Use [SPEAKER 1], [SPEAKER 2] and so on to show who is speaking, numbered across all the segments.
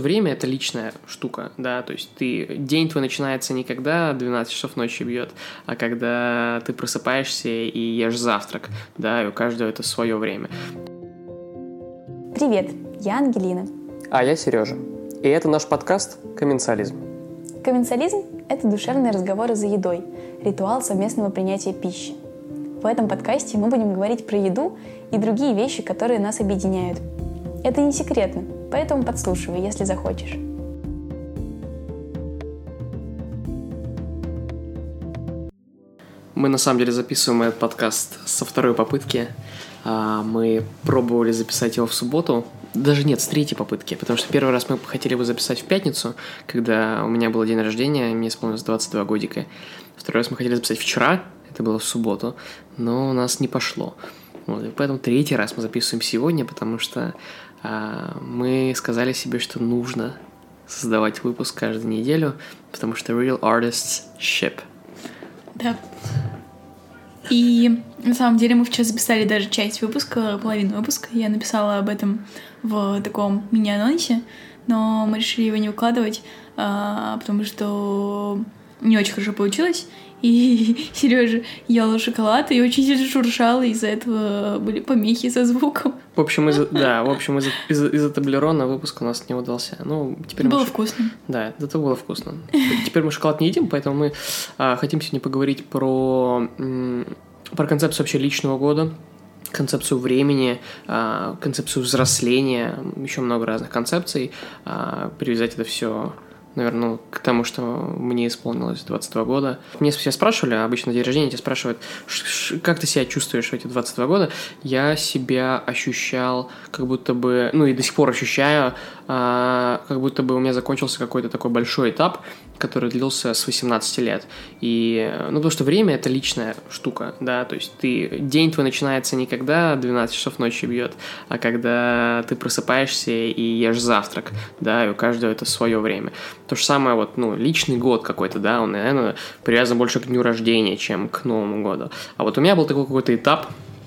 [SPEAKER 1] время — это личная штука, да, то есть день твой начинается не когда 12 часов ночи бьет, а когда ты просыпаешься и ешь завтрак, да, и у каждого это свое время.
[SPEAKER 2] Привет, я Ангелина.
[SPEAKER 1] А я Сережа. И это наш подкаст «Комменсализм».
[SPEAKER 2] Комменсализм – это душевные разговоры за едой, ритуал совместного принятия пищи. В этом подкасте мы будем говорить про еду и другие вещи, которые нас объединяют. Это не секретно, поэтому подслушивай, если захочешь.
[SPEAKER 1] Мы на самом деле записываем этот подкаст со второй попытки. Мы пробовали записать его в субботу. Даже нет, с третьей попытки, потому что первый раз мы хотели его записать в пятницу, когда у меня был день рождения, мне исполнилось 22 годика. Второй раз мы хотели записать вчера, это было в субботу, но у нас не пошло. Вот, и поэтому третий раз мы записываем сегодня, потому что мы сказали себе, что нужно создавать выпуск каждую неделю, потому что real artists ship.
[SPEAKER 3] Да. И на самом деле мы вчера записали даже часть выпуска, половину выпуска. Я написала об этом в таком мини-анонсе, но мы решили его не выкладывать, потому что не очень хорошо получилось. И Сережа ел шоколад и очень сильно шуршал, и из-за этого были помехи со звуком.
[SPEAKER 1] В общем, из-за таблерона выпуск у нас не удался. Ну, теперь
[SPEAKER 3] было вкусно.
[SPEAKER 1] Да, зато было вкусно. Теперь мы шоколад не едим, поэтому мы хотим сегодня поговорить про концепцию вообще личного года, концепцию времени, концепцию взросления, еще много разных концепций. Привязать это все, наверное, к тому, что мне исполнилось 22 года. Мне все спрашивали, обычно на день рождения тебя спрашивают, как ты себя чувствуешь в эти 22 года. Я себя ощущал как будто бы, и до сих пор ощущаю, как будто бы у меня закончился какой-то такой большой этап, который длился с 18 лет. И, потому что время — это личная штука, да, то есть день твой начинается не когда 12 часов ночи бьет, а когда ты просыпаешься и ешь завтрак, да, и у каждого это свое время. То же самое личный год какой-то, да, он, наверное, привязан больше к дню рождения, чем к Новому году. А вот у меня был такой какой-то этап,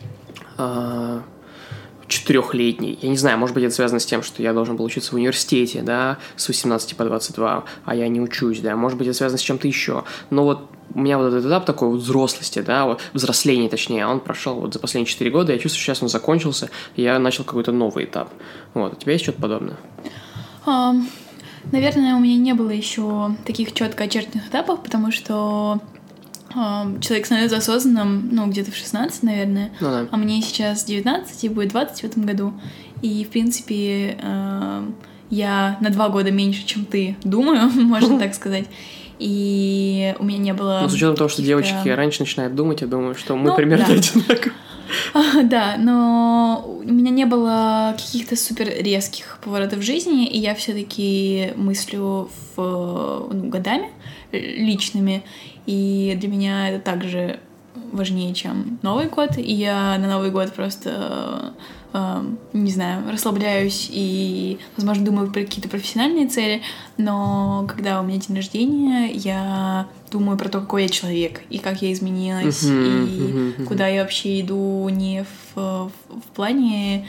[SPEAKER 1] 4-летний. Я не знаю, может быть, это связано с тем, что я должен был учиться в университете, да, с 18 по 22, а я не учусь, да, может быть, это связано с чем-то еще. Но вот у меня вот этот этап такой взрослости, да, взросления, точнее, он прошел за последние 4 года, я чувствую, что сейчас он закончился, и я начал какой-то новый этап. Вот, у тебя есть что-то подобное?
[SPEAKER 3] Наверное, у меня не было еще таких четко очерченных этапов, потому что человек становится осознанным, где-то в 16, наверное,
[SPEAKER 1] да.
[SPEAKER 3] А мне сейчас 19, и будет 20 в этом году. И, в принципе, я на 2 года меньше, чем ты, думаю, можно так сказать. И у меня не было...
[SPEAKER 1] с учетом того, что девочки раньше начинают думать, я думаю, что мы примерно одинаковые.
[SPEAKER 3] Да, но у меня не было каких-то супер резких поворотов в жизни, и я все-таки мыслю годами личными, и для меня это также важнее, чем Новый год, и я на Новый год просто, не знаю, расслабляюсь и, возможно, думаю про какие-то профессиональные цели, но когда у меня день рождения, я думаю про то, какой я человек, и как я изменилась, и куда я вообще иду не в плане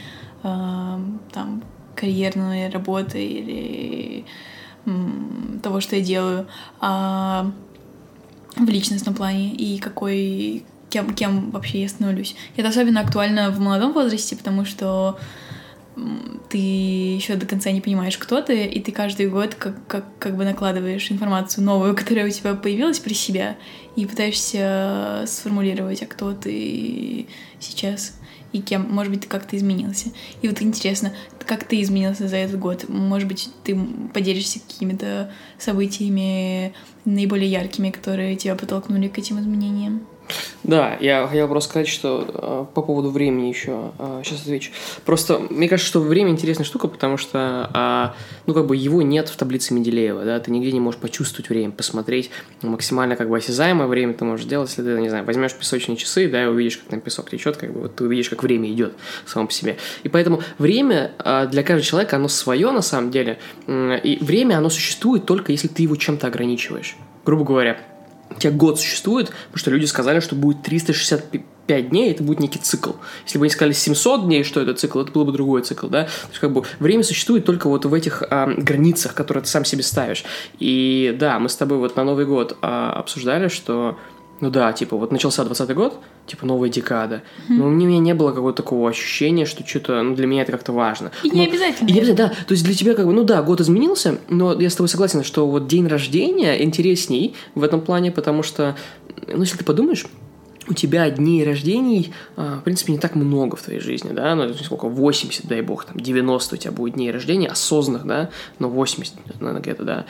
[SPEAKER 3] карьерной работы или того, что я делаю, а в личностном плане, и кем вообще я становлюсь. Это особенно актуально в молодом возрасте, потому что ты еще до конца не понимаешь, кто ты, и ты каждый год как бы накладываешь информацию новую, которая у тебя появилась при себя, и пытаешься сформулировать, а кто ты сейчас и кем, может быть, как ты изменился. И вот интересно, как ты изменился за этот год? Может быть, ты поделишься какими-то событиями наиболее яркими, которые тебя подтолкнули к этим изменениям?
[SPEAKER 1] Да, я хотел просто сказать, что по поводу времени еще, сейчас отвечу. Просто мне кажется, что время интересная штука, потому что, его нет в таблице Менделеева, да, ты нигде не можешь почувствовать время, посмотреть максимально осязаемое время ты можешь делать, если ты, не знаю, возьмешь песочные часы, да, и увидишь, как там песок течет, ты увидишь, как время идет само по себе. И поэтому время для каждого человека, оно свое на самом деле, и время, оно существует только если ты его чем-то ограничиваешь. Грубо говоря, у тебя год существует, потому что люди сказали, что будет 365 5 дней, это будет некий цикл. Если бы они сказали 700 дней, что это цикл, это был бы другой цикл, да. То есть, как бы, время существует только вот в этих границах, которые ты сам себе ставишь. И да, мы с тобой вот на Новый год обсуждали, что, ну да, типа, вот начался 20-й год, типа, новая декада. Но у меня не было какого-то такого ощущения, что что-то, ну, для меня это как-то важно.
[SPEAKER 3] И не обязательно.
[SPEAKER 1] И не обязательно, да. То есть для тебя, как бы, ну да, год изменился, но я с тобой согласен, что вот день рождения интересней в этом плане, потому что, ну, если ты подумаешь, у тебя дней рождений, в принципе, не так много в твоей жизни, да, ну, сколько, 80, дай бог, там, 90 у тебя будет дней рождения осознанных, да, но 80, наверное, где-то, да,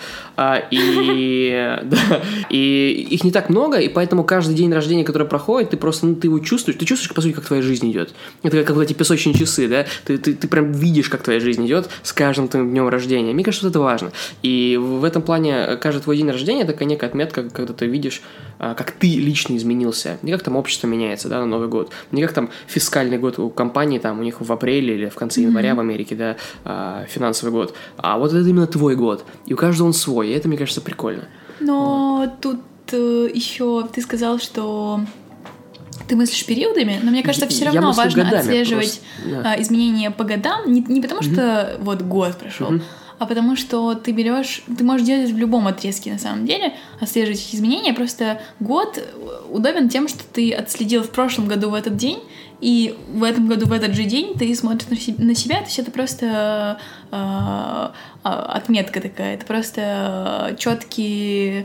[SPEAKER 1] и их не так много, и поэтому каждый день рождения, который проходит, ты просто, ну, ты его чувствуешь, по сути, как твоя жизнь идет, это как вот эти песочные часы, да, ты прям видишь, как твоя жизнь идет с каждым твоим днем рождения, мне кажется, вот это важно, и в этом плане каждый твой день рождения – это такая некая отметка, когда ты видишь, как ты лично изменился, не как там общество меняется, да, на Новый год, не как там фискальный год у компании, там у них в апреле или в конце января в Америке, да, финансовый год, а вот это именно твой год, и у каждого он свой, и это, мне кажется, прикольно.
[SPEAKER 3] Но тут еще ты сказал, что ты мыслишь периодами, но мне кажется, все равно важно отслеживать изменения по годам, не потому что вот год прошел, а потому что ты можешь делать в любом отрезке на самом деле, отслеживать изменения, просто год удобен тем, что ты отследил в прошлом году в этот день, и в этом году в этот же день ты смотришь на себя, то есть это просто отметка такая, это просто четкие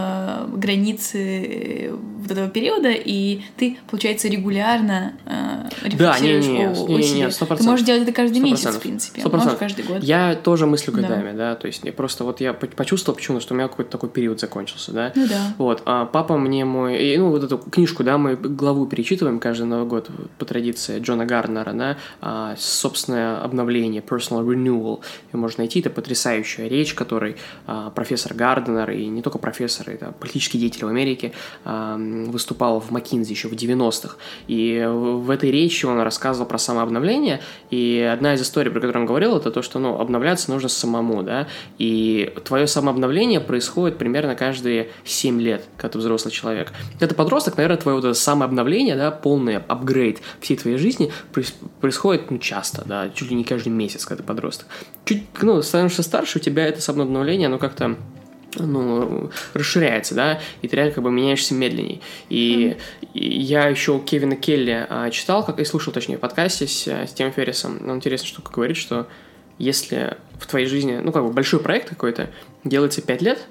[SPEAKER 3] границы вот этого периода, и ты, получается, регулярно рефлексируешь о себе. 100%. Ты можешь делать это каждый месяц, в принципе,
[SPEAKER 1] 100%.
[SPEAKER 3] Можешь каждый год.
[SPEAKER 1] Я тоже мыслю годами, да, то есть просто вот я почувствовал почему-то, что у меня какой-то такой период закончился, да.
[SPEAKER 3] Ну да.
[SPEAKER 1] Вот, папа мне ну, вот эту книжку, да, мы главу перечитываем каждый Новый год по традиции Джона Гарднера, да, собственное обновление, personal renewal, и можно найти, это потрясающая речь, которой профессор Гарднер, и не только профессор, это политический деятель в Америке, выступал в Маккинзи еще в 90-х, и в этой речи он рассказывал про самообновление, и одна из историй, про которую он говорил, это то, что, ну, обновляться нужно самому, да, и твое самообновление происходит примерно каждые 7 лет, когда ты взрослый человек. Когда ты подросток, наверное, твое вот это самообновление, да, полный апгрейд всей твоей жизни происходит, ну, часто, да, чуть ли не каждый месяц, когда ты подросток. Чуть, ну, становишься старше, у тебя это самообновление, оно как-то, ну, расширяется, да, и ты реально как бы меняешься медленней. И я еще у Кевина Келли читал, и слушал, точнее, в подкасте с Тимом Феррисом. Он интересная штука говорит, что если в твоей жизни, ну, как бы большой проект какой-то делается 5 лет,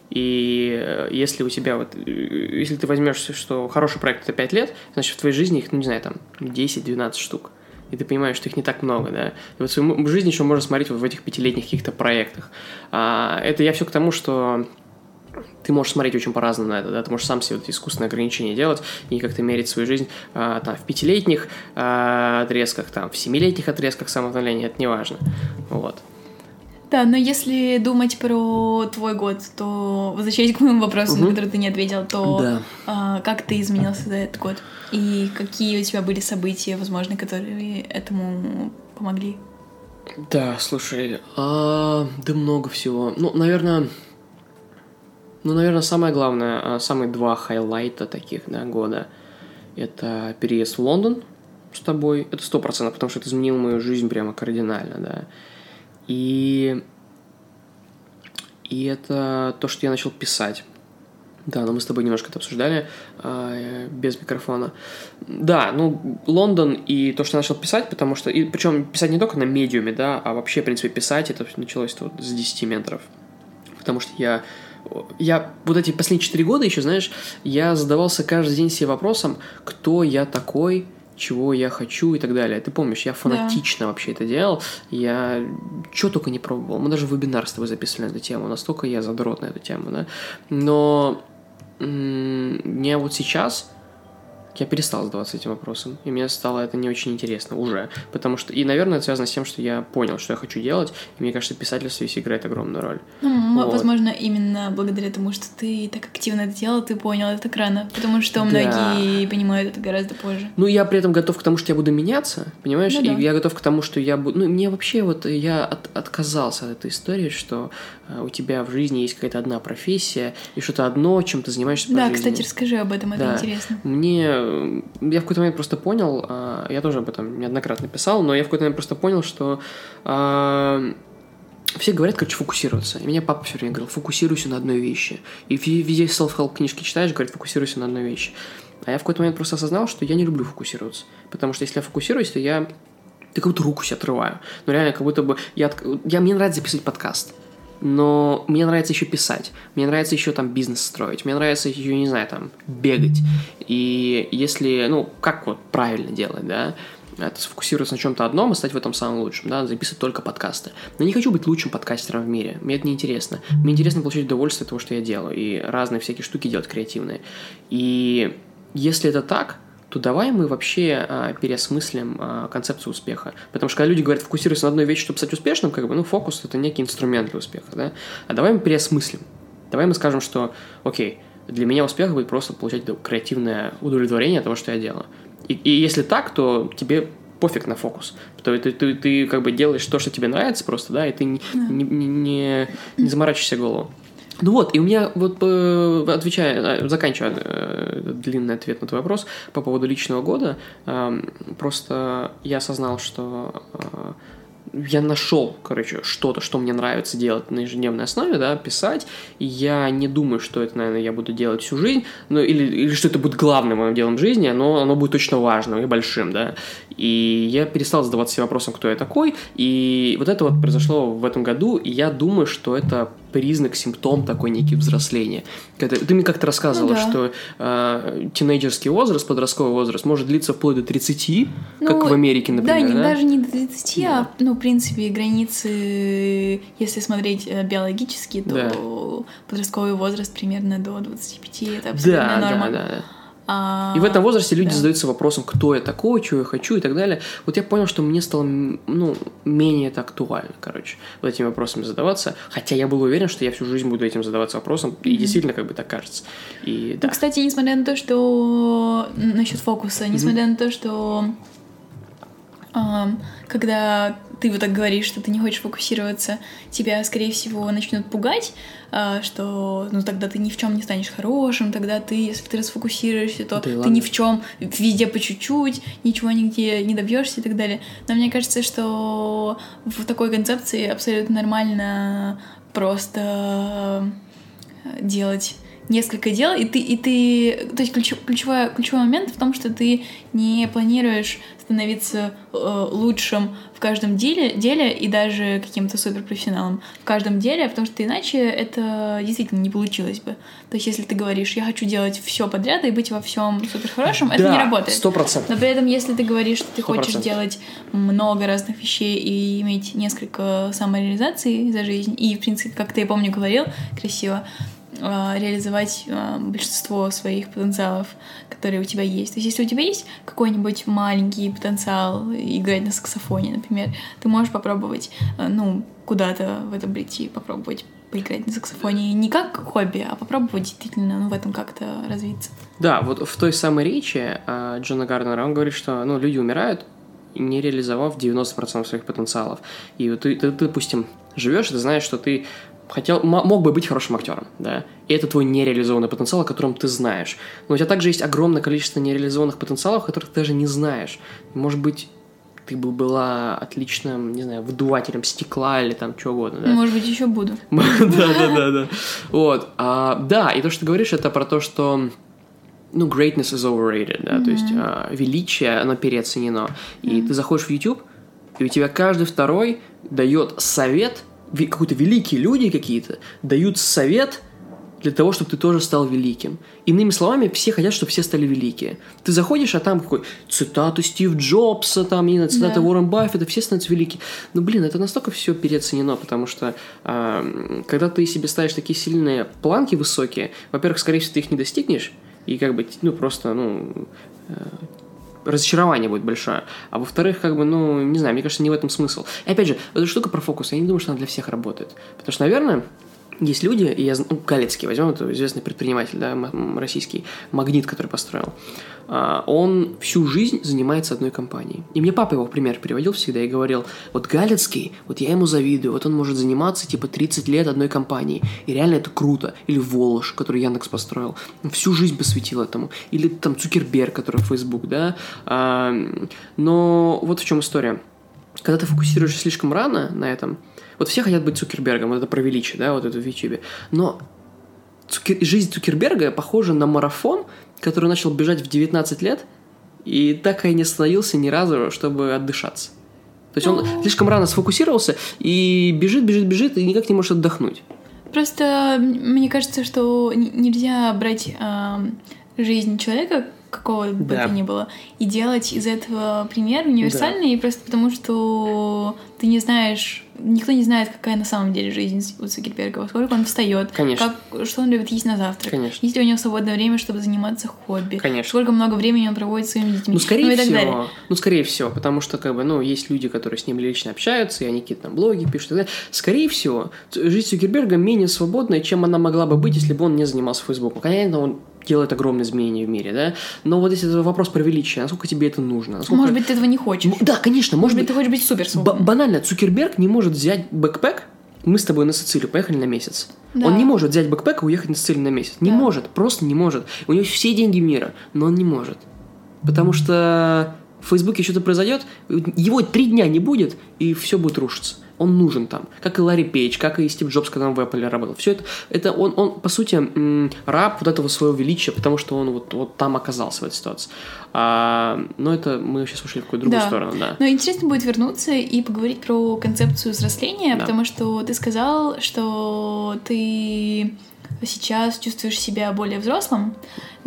[SPEAKER 1] и если у тебя вот, если ты возьмешь, что хороший проект это 5 лет, значит в твоей жизни их, ну, не знаю, там 10-12 штук. И ты понимаешь, что их не так много, да. И вот свою жизнь еще можно смотреть вот в этих 5-летних каких-то проектах. Это я все к тому, что ты можешь смотреть очень по-разному на это, да, ты можешь сам себе вот эти искусственные ограничения делать и как-то мерить свою жизнь там, в 5-летних отрезках, там, в 7-летних отрезках самообновления, это не важно, вот.
[SPEAKER 3] Да, но если думать про твой год, то, возвращаясь к моему вопросу, на который ты не ответил, то как ты изменился за этот год? И какие у тебя были события, возможно, которые этому помогли?
[SPEAKER 1] Да, слушай, да много всего. Ну, наверное, самое главное, самые два хайлайта таких, да, года, это переезд в Лондон с тобой, это 100%, потому что это изменило мою жизнь прямо кардинально, да. И это то, что я начал писать. Да, но мы с тобой немножко это обсуждали без микрофона. Да, ну, Лондон и то, что я начал писать, потому что... И причем писать не только на медиуме, да, а вообще, в принципе, писать это началось вот с 10 метров. Потому что я вот эти последние 4 года еще, знаешь, я задавался каждый день себе вопросом, кто я такой, чего я хочу и так далее. Ты помнишь, я фанатично вообще это делал. Я что только не пробовал. Мы даже вебинар с тобой записывали на эту тему. Настолько я задрот на эту тему, да. Но мне вот сейчас я перестал задаваться этим вопросом, и мне стало это не очень интересно уже, потому что, и, наверное, это связано с тем, что я понял, что я хочу делать, и мне кажется, писательство здесь играет огромную роль.
[SPEAKER 3] Ну, вот. Возможно, именно благодаря тому, что ты так активно это делал, ты понял это так рано, потому что многие понимают это гораздо позже.
[SPEAKER 1] Ну, я при этом готов к тому, что я буду меняться, понимаешь, и я готов к тому, что я буду, ну, мне вообще вот, я отказался от этой истории, что у тебя в жизни есть какая-то одна профессия, и что-то одно, чем ты занимаешься по жизни.
[SPEAKER 3] Да, кстати, расскажи об этом, это интересно.
[SPEAKER 1] Мне я в какой-то момент просто понял, я тоже об этом неоднократно писал, но я в какой-то момент просто понял, что все говорят, короче, фокусироваться. И меня папа все время говорил, фокусируйся на одной вещи. И везде self-help книжки читаешь, говорят, фокусируйся на одной вещи. А я в какой-то момент просто осознал, что я не люблю фокусироваться. Потому что если я фокусируюсь, то я как будто руку себе отрываю. Ну, реально, как будто бы... Мне нравится записывать подкаст. Но мне нравится еще писать. Мне нравится еще там бизнес строить. Мне нравится еще, не знаю, там, бегать. И если... Ну, как вот правильно делать, да? Это сфокусироваться на чем-то одном и стать в этом самым лучшим, да, записывать только подкасты. Но не хочу быть лучшим подкастером в мире, мне это не интересно. Мне интересно получать удовольствие от того, что я делаю, и разные всякие штуки делать креативные. И если это так, то давай мы вообще переосмыслим концепцию успеха. Потому что когда люди говорят, фокусируйся на одной вещи, чтобы стать успешным, как бы, ну, фокус — это некий инструмент для успеха, да. А давай мы переосмыслим. Давай мы скажем, что, окей, для меня успех будет просто получать креативное удовлетворение от того, что я делаю. И если так, то тебе пофиг на фокус. Ты как бы делаешь то, что тебе нравится просто, да, и ты не заморачиваешься голову. Ну вот, и у меня вот, заканчивая длинный ответ на твой вопрос по поводу личного года, просто я осознал, что я нашел, короче, что-то, что мне нравится делать на ежедневной основе, да, писать, и я не думаю, что это, наверное, я буду делать всю жизнь, ну, или что это будет главным моим делом в жизни, но оно будет точно важным и большим, да, и я перестал задаваться себе вопросом, кто я такой, и вот это вот произошло в этом году, и я думаю, что это признак, симптом такой некий взросления. Ты мне как-то рассказывала, что тинейджерский возраст, подростковый возраст может длиться вплоть до 30, как в Америке, например.
[SPEAKER 3] Да, даже не до 30, а, ну, в принципе, границы, если смотреть биологически, то подростковый возраст примерно до 25, это абсолютная норма.
[SPEAKER 1] Да. И в этом возрасте люди задаются вопросом, кто я такой, чего я хочу и так далее. Вот я понял, что мне стало, ну, менее это актуально, короче, вот этими вопросами задаваться. Хотя я был уверен, что я всю жизнь буду этим задаваться вопросом, и действительно как бы так кажется. И, да.
[SPEAKER 3] Ну, кстати, несмотря на то, что... Насчет фокуса, несмотря на то, что... Когда ты вот так говоришь, что ты не хочешь фокусироваться, тебя, скорее всего, начнут пугать, что, ну, тогда ты ни в чем не станешь хорошим, тогда ты, если ты расфокусируешься, то ты ни в чем, везде по чуть-чуть, ничего нигде не добьешься и так далее. Но мне кажется, что в такой концепции абсолютно нормально просто делать несколько дел, и ты, то есть ключевой момент в том, что ты не планируешь становиться лучшим в каждом деле и даже каким-то суперпрофессионалом в каждом деле, потому что иначе это действительно не получилось бы. То есть если ты говоришь, я хочу делать все подряд и быть во всем суперхорошим, это не работает.
[SPEAKER 1] 100%.
[SPEAKER 3] Но при этом, если ты говоришь, что ты хочешь делать много разных вещей и иметь несколько самореализаций за жизнь, и, в принципе, как ты, я помню, говорил красиво, реализовать большинство своих потенциалов, которые у тебя есть. То есть, если у тебя есть какой-нибудь маленький потенциал играть на саксофоне, например, ты можешь попробовать, куда-то в этом прийти, попробовать поиграть на саксофоне не как хобби, а попробовать действительно в этом как-то развиться.
[SPEAKER 1] Да, вот в той самой речи Джона Гарнера он говорит, что люди умирают, не реализовав 90% своих потенциалов. И вот ты, допустим, живешь, и ты знаешь, что ты мог бы быть хорошим актером, да, и это твой нереализованный потенциал, о котором ты знаешь. Но у тебя также есть огромное количество нереализованных потенциалов, которых ты даже не знаешь. Может быть, ты бы была отличным, не знаю, выдувателем стекла или там чего угодно, да?
[SPEAKER 3] Может быть, еще буду.
[SPEAKER 1] Да. Вот. Да, и то, что ты говоришь, это про то, что greatness is overrated, да, то есть величие, оно переоценено. И ты заходишь в YouTube, и у тебя каждый второй дает совет, какие-то великие люди какие-то дают совет для того, чтобы ты тоже стал великим. Иными словами, все хотят, чтобы все стали великие. Ты заходишь, а там какой цитаты Стив Джобса, там, не знаю, цитаты Уоррен Баффета, все становятся велики. Это настолько все переоценено, потому что когда ты себе ставишь такие сильные планки высокие, во-первых, скорее всего, ты их не достигнешь, и как бы, разочарование будет большое. А во-вторых, не знаю, мне кажется, не в этом смысл. И опять же, эта штука про фокус, я не думаю, что она для всех работает. Потому что, наверное, есть люди, и Галицкий, возьмем, это известный предприниматель, да, российский, Магнит, который построил. Он всю жизнь занимается одной компанией. И мне папа его в пример приводил всегда и говорил, вот Галицкий, вот я ему завидую, вот он может заниматься типа 30 лет одной компанией, и реально это круто. Или Волош, который Яндекс построил, он всю жизнь посвятил этому. Или там Цукерберг, который Facebook, да. Но вот в чем история. Когда ты фокусируешься слишком рано на этом, вот все хотят быть Цукербергом, вот это про величие, да, вот это в Ютубе. Но жизнь Цукерберга похожа на марафон, который начал бежать в 19 лет, и так и не остановился ни разу, чтобы отдышаться. То есть он слишком рано сфокусировался, и бежит, и никак не может отдохнуть.
[SPEAKER 3] Просто мне кажется, что нельзя брать жизнь человека, какого бы то ни было, и делать из этого пример универсальный, просто потому что ты не знаешь, никто не знает, какая на самом деле жизнь у Цукерберга, во сколько он встает, что он любит есть на завтрак, есть ли у него свободное время, чтобы заниматься хобби, сколько много времени он проводит с своими детьми,
[SPEAKER 1] скорее всего, потому что есть люди, которые с ним лично общаются, и они какие-то там блоги пишут, и так далее. Скорее всего, жизнь Цукерберга менее свободная, чем она могла бы быть, если бы он не занимался Фейсбуком. Конечно, он делает огромные изменения в мире, да? Но вот если это вопрос про величие, насколько тебе это нужно?
[SPEAKER 3] Может быть, ты этого не хочешь.
[SPEAKER 1] Да, конечно.
[SPEAKER 3] Может быть, ты хочешь быть супер свободным.
[SPEAKER 1] Банально, Цукерберг не может взять бэкпэк, мы с тобой на Сицилию поехали на месяц. Да. Он не может взять бэкпэк и уехать на Сицилию на месяц. Не может, просто не может. У него все деньги мира, но он не может. Потому что в Фейсбуке что-то произойдет, его 3 дня не будет, и все будет рушиться. Он нужен там. Как и Ларри Пейдж, как и Стив Джобс, когда он в Apple работал. Все это он по сути, раб вот этого своего величия, потому что он вот там оказался в этой ситуации. Но это мы сейчас ушли в какую-то другую сторону, да.
[SPEAKER 3] Но интересно будет вернуться и поговорить про концепцию взросления, потому что ты сказал, что ты сейчас чувствуешь себя более взрослым,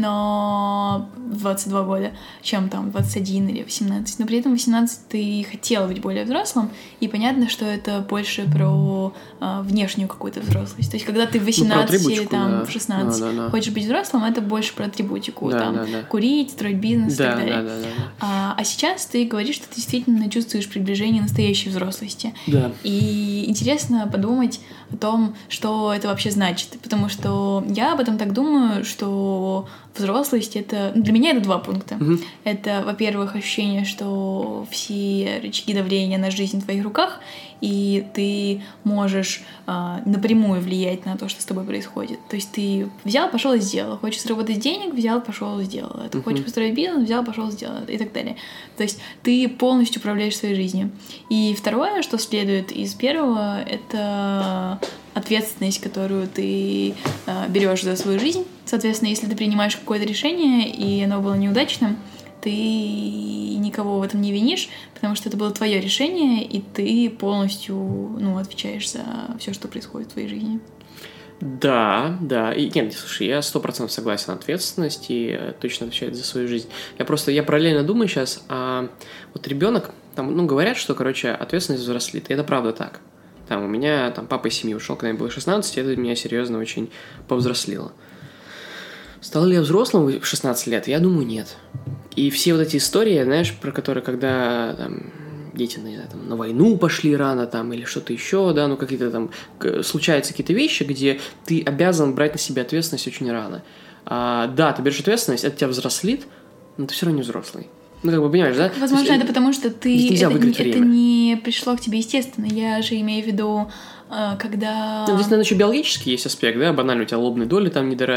[SPEAKER 3] но в 22 года, чем там 21 или 18. Но при этом в 18 ты хотела быть более взрослым, и понятно, что это больше про внешнюю какую-то взрослость. То есть, когда ты в 18 или там в 16 хочешь быть взрослым, это больше про атрибутику, курить, строить бизнес и так далее. А сейчас ты говоришь, что ты действительно чувствуешь приближение настоящей взрослости.
[SPEAKER 1] Да.
[SPEAKER 3] И интересно подумать о том, что это вообще значит. Потому что я об этом так думаю, что взрослость — это... Для меня это 2 пункта. Это, во-первых, ощущение, что все рычаги давления на жизнь в твоих руках, и ты можешь напрямую влиять на то, что с тобой происходит. То есть ты взял, пошел и сделал. Хочешь заработать денег, взял, пошел и сделал это. Хочешь построить бизнес, взял, пошел и сделал это. И так далее. То есть ты полностью управляешь своей жизнью. И второе, что следует из первого, это ответственность, которую ты берешь за свою жизнь. Соответственно, если ты принимаешь какое-то решение, и оно было неудачным, ты никого в этом не винишь, потому что это было твое решение, и ты полностью отвечаешь за все, что происходит в твоей жизни.
[SPEAKER 1] Да. И нет, слушай, я 100% согласен, ответственность и точно отвечает за свою жизнь. Я параллельно думаю сейчас, вот ребенок, там, говорят, что, ответственность взрослит, и это правда так. Там у меня папа из семьи ушел, когда мне было 16, и это меня серьезно очень повзрослило. Стал ли я взрослым в 16 лет? Я думаю, нет. И все вот эти истории, знаешь, про которые, когда дети, на войну пошли рано, или что-то еще, да, какие-то случаются какие-то вещи, где ты обязан брать на себя ответственность очень рано. Да, ты берешь ответственность, это тебя взрослит, но ты все равно не взрослый. Понимаешь, да?
[SPEAKER 3] Возможно, это потому, что это не пришло к тебе естественно. Я же имею в виду, когда...
[SPEAKER 1] Здесь, наверное, еще биологический есть аспект, да? Банально, у тебя лобные доли там не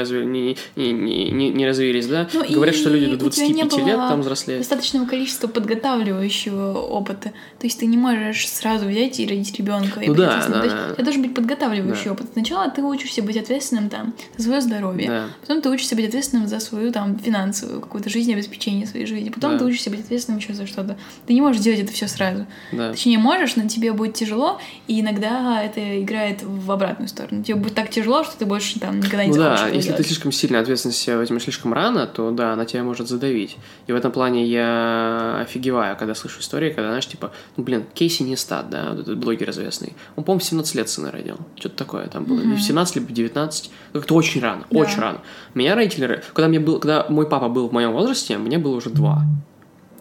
[SPEAKER 1] развились, да? Говорят, что люди до 25 лет там взрослеют.
[SPEAKER 3] Достаточного количества подготавливающего опыта. То есть ты не можешь сразу взять и родить ребенка. Это должен быть подготавливающий опыт. Сначала ты учишься быть ответственным за свое здоровье. Потом ты учишься быть ответственным за свою финансовую какую-то жизнеобеспечение своей жизни. Потом ты учишься быть ответственным еще за что-то. Ты не можешь делать это все сразу. Точнее, можешь, но тебе будет тяжело, и иногда это играет в обратную сторону. Тебе будет так тяжело, что ты больше никогда не захочешь этого
[SPEAKER 1] если
[SPEAKER 3] делать.
[SPEAKER 1] ты слишком сильно ответственность себя возьмешь слишком рано, то она тебя может задавить. И в этом плане я офигеваю, когда слышу истории, когда, знаешь, Кейси Нейстат, да, вот этот блогер известный, он, по-моему, в 17 лет сына родил. Что-то такое там было. Либо в 17, либо в 19. Как-то очень рано, очень рано. Меня родители... Когда мой папа был в моем возрасте, мне было уже 2.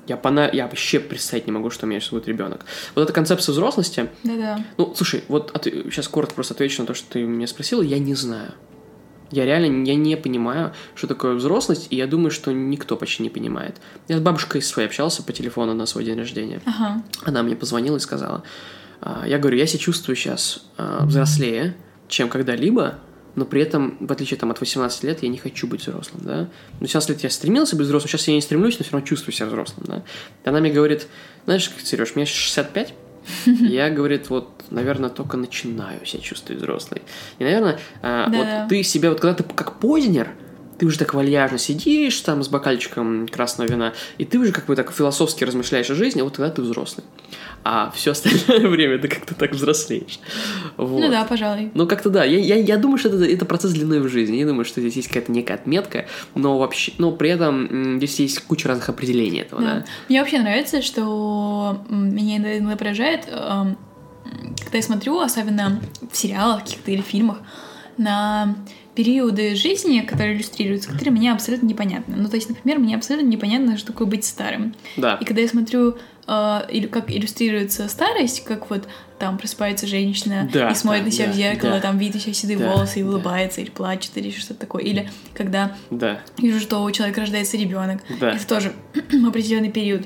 [SPEAKER 1] Я вообще представить не могу, что у меня сейчас будет ребенок. Вот эта концепция взрослости...
[SPEAKER 3] Да-да.
[SPEAKER 1] Ну, слушай, вот сейчас коротко просто отвечу на то, что ты меня спросила. Я не знаю. Я реально не понимаю, что такое взрослость, и я думаю, что никто почти не понимает. Я с бабушкой своей общался по телефону на свой день рождения.
[SPEAKER 3] Ага.
[SPEAKER 1] Она мне позвонила и сказала... Я говорю, я себя чувствую сейчас взрослее, чем когда-либо, но при этом, в отличие там, от 18 лет, я не хочу быть взрослым, да. Ну, 17 лет я стремился быть взрослым, сейчас я не стремлюсь, но все равно чувствую себя взрослым, да. И она мне говорит, знаешь, Сереж, мне 65, я, говорит, вот, наверное, только начинаю себя чувствовать взрослой. И, наверное, вот ты себя, вот когда ты как познер, ты уже так вальяжно сидишь там с бокальчиком красного вина, и ты уже как бы так философски размышляешь о жизни, а вот тогда ты взрослый. А все остальное время ты как-то так взрослеешь. Вот.
[SPEAKER 3] Ну да, пожалуй.
[SPEAKER 1] Ну как-то да. Я думаю, что это процесс длиной в жизни. Я думаю, что здесь есть какая-то некая отметка, но вообще, но при этом здесь есть куча разных определений этого, да.
[SPEAKER 3] Мне вообще нравится, что меня иногда поражает, когда я смотрю, особенно в сериалах каких-то или фильмах, на периоды жизни, которые иллюстрируются, которые мне абсолютно непонятны. Ну, то есть, например, мне абсолютно непонятно, что такое быть старым.
[SPEAKER 1] Да.
[SPEAKER 3] И когда я смотрю, как иллюстрируется старость, как вот там просыпается женщина и смотрит на себя в зеркало, там видит у себя седые волосы и улыбается, или плачет, или что-то такое. Или когда вижу, что у человека рождается ребенок, это тоже определенный период.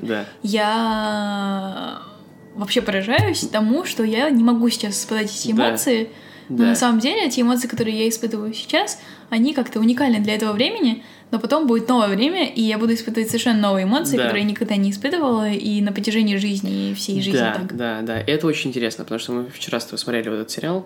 [SPEAKER 3] Я вообще поражаюсь тому, что я не могу сейчас испытать эти эмоции. Но на самом деле эти эмоции, которые я испытываю сейчас, они как-то уникальны для этого времени, но потом будет новое время, и я буду испытывать совершенно новые эмоции, которые я никогда не испытывала, и на протяжении жизни, и всей жизни так.
[SPEAKER 1] Да. И это очень интересно, потому что мы вчера с тобой смотрели вот этот сериал.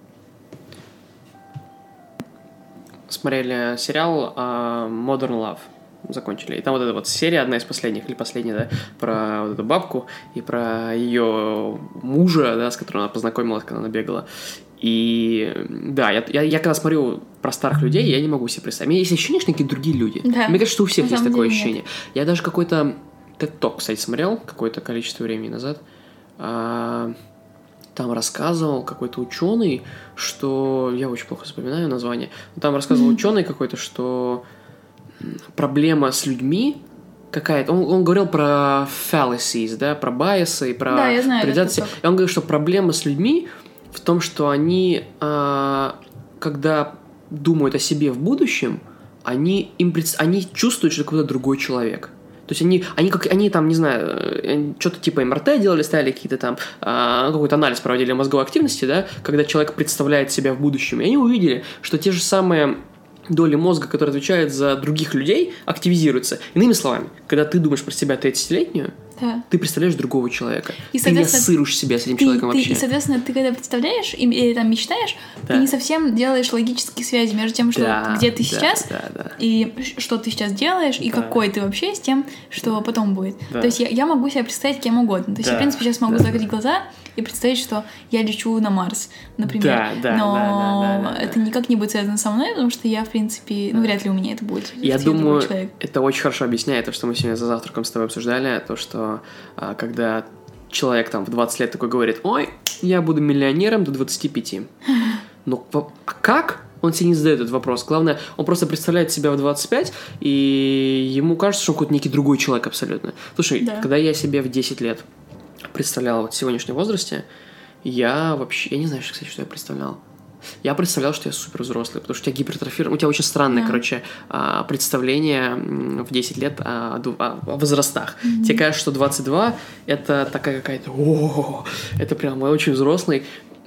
[SPEAKER 1] Смотрели сериал Modern Love. Закончили. И там вот эта вот серия, одна из последних, или последняя, да, про вот эту бабку и про ее мужа, да, с которым она познакомилась, когда она бегала. И да, я когда смотрю про старых людей, я не могу себе представить. У меня есть ощущение, что какие-то другие люди.
[SPEAKER 3] Да.
[SPEAKER 1] Мне кажется, что у всех есть такое ощущение.
[SPEAKER 3] Нет.
[SPEAKER 1] Я даже какой-то TED-Talk, кстати, смотрел какое-то количество времени назад. Там рассказывал какой-то ученый, что... Я очень плохо запоминаю название. Там рассказывал ученый какой-то, что проблема с людьми какая-то... Он говорил про fallacies, да, про байесы и про...
[SPEAKER 3] Да, я знаю.
[SPEAKER 1] И он говорил, что проблема с людьми в том, что они, когда думают о себе в будущем, они чувствуют, что это какой-то другой человек. То есть они там, не знаю, что-то типа МРТ делали, ставили какие-то там, какой-то анализ проводили мозговой активности, да, когда человек представляет себя в будущем, и они увидели, что те же самые доли мозга, которые отвечают за других людей, активизируются. Иными словами, когда ты думаешь про себя 30-летнюю, ты представляешь другого человека. И, ты не ассоциируешь себя с этим человеком вообще.
[SPEAKER 3] И, соответственно, ты когда представляешь или там мечтаешь, ты не совсем делаешь логические связи между тем, что где ты сейчас, и что ты сейчас делаешь, и какой ты вообще с тем, что потом будет. То есть я могу себя представить кем угодно. То есть я, в принципе, сейчас могу закрыть глаза и представить, что я лечу на Марс, например. Но это никак не будет связано со мной, потому что я, в принципе, вряд ли у меня это будет.
[SPEAKER 1] Я думаю, это очень хорошо объясняет то, что мы сегодня за завтраком с тобой обсуждали, то, что когда человек там в 20 лет такой говорит: ой, я буду миллионером до 25. Но как? Он себе не задает этот вопрос. Главное, он просто представляет себя в 25, и ему кажется, что он какой-то некий другой человек абсолютно. Слушай, когда я себе в 10 лет представлял вот в сегодняшнем возрасте, я не знаю, кстати, что я представлял. Я представлял, что я супер взрослый, потому что у тебя гипертрофировано, у тебя очень странное, представление в 10 лет о возрастах. Тебе кажется, что 22 — это такая какая-то, это прям очень взрослый.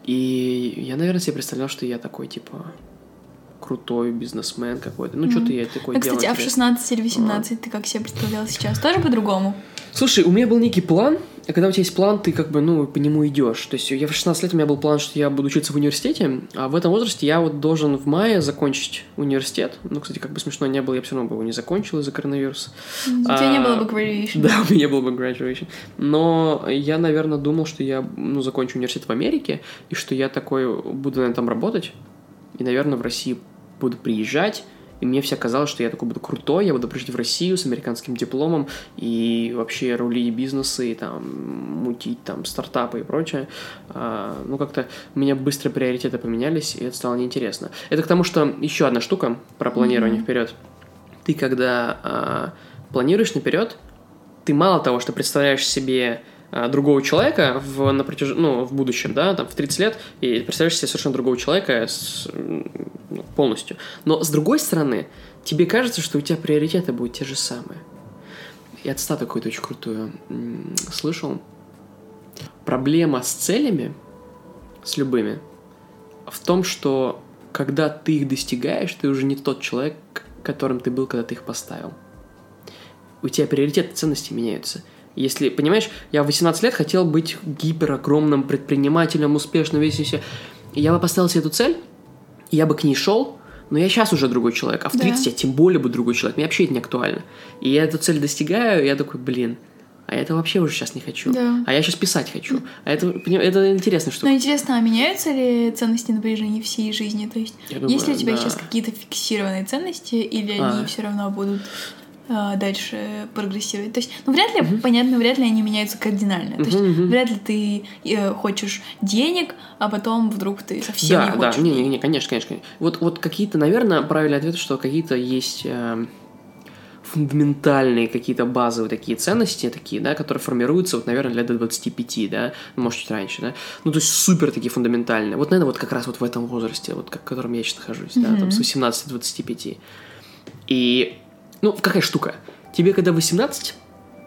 [SPEAKER 1] И я, наверное, себе представлял, что я такой, типа, крутой бизнесмен какой-то. Ну, что-то я такой делал.
[SPEAKER 3] Кстати, а в 16 или 18 ты как себе представлял сейчас? Тоже по-другому?
[SPEAKER 1] Слушай, у меня был некий план, а когда у тебя есть план, ты как бы, по нему идешь. То есть я в 16 лет, у меня был план, что я буду учиться в университете, а в этом возрасте я вот должен в мае закончить университет. Ну, кстати, как бы смешно не было, я все равно бы его не закончил из-за коронавируса.
[SPEAKER 3] У тебя не было бы graduation.
[SPEAKER 1] Да, у меня не было бы graduation. Но я, наверное, думал, что я, закончу университет в Америке, и что я такой буду, наверное, там работать, и, наверное, в России буду приезжать. И мне все казалось, что я такой буду крутой, я буду приезжать в Россию с американским дипломом и вообще рулить бизнесы, и там мутить там стартапы и прочее. Как-то у меня быстро приоритеты поменялись, и это стало неинтересно. Это к тому, что еще одна штука про планирование вперед. Ты когда планируешь наперед, ты мало того, что представляешь себе другого человека в будущем, да, там, в 30 лет, и представляешь себе совершенно другого человека полностью. Но, с другой стороны, тебе кажется, что у тебя приоритеты будут те же самые. Я цитату какую-то очень крутую слышал. Проблема с целями, с любыми, в том, что когда ты их достигаешь, ты уже не тот человек, которым ты был, когда ты их поставил. У тебя приоритеты, ценности меняются. Если, понимаешь, я в 18 лет хотел быть гиперогромным предпринимателем, успешным, весь. Я бы поставил себе эту цель, я бы к ней шел, но я сейчас уже другой человек, а в 30 я тем более буду другой человек. Мне вообще это не актуально. И я эту цель достигаю, и я такой, а я это вообще уже сейчас не хочу.
[SPEAKER 3] Да.
[SPEAKER 1] А я сейчас писать хочу. А это интересная штука.
[SPEAKER 3] Но интересно, а меняются ли ценности на протяжении всей жизни? То есть, есть ли у тебя сейчас какие-то фиксированные ценности, или они все равно будут дальше прогрессировать? То есть, вряд ли, понятно, вряд ли они меняются кардинально. То есть, вряд ли ты хочешь денег, а потом вдруг ты совсем не хочешь.
[SPEAKER 1] Да, конечно. Вот какие-то, наверное, правильный ответ, что какие-то есть фундаментальные какие-то базовые такие ценности, такие, да, которые формируются, вот, наверное, лет до 25, да, может, чуть раньше, да, то есть супер такие фундаментальные. Вот, наверное, вот как раз вот в этом возрасте, вот в котором я сейчас нахожусь, да, там, с 18 до 25. И, какая штука? Тебе, когда 18,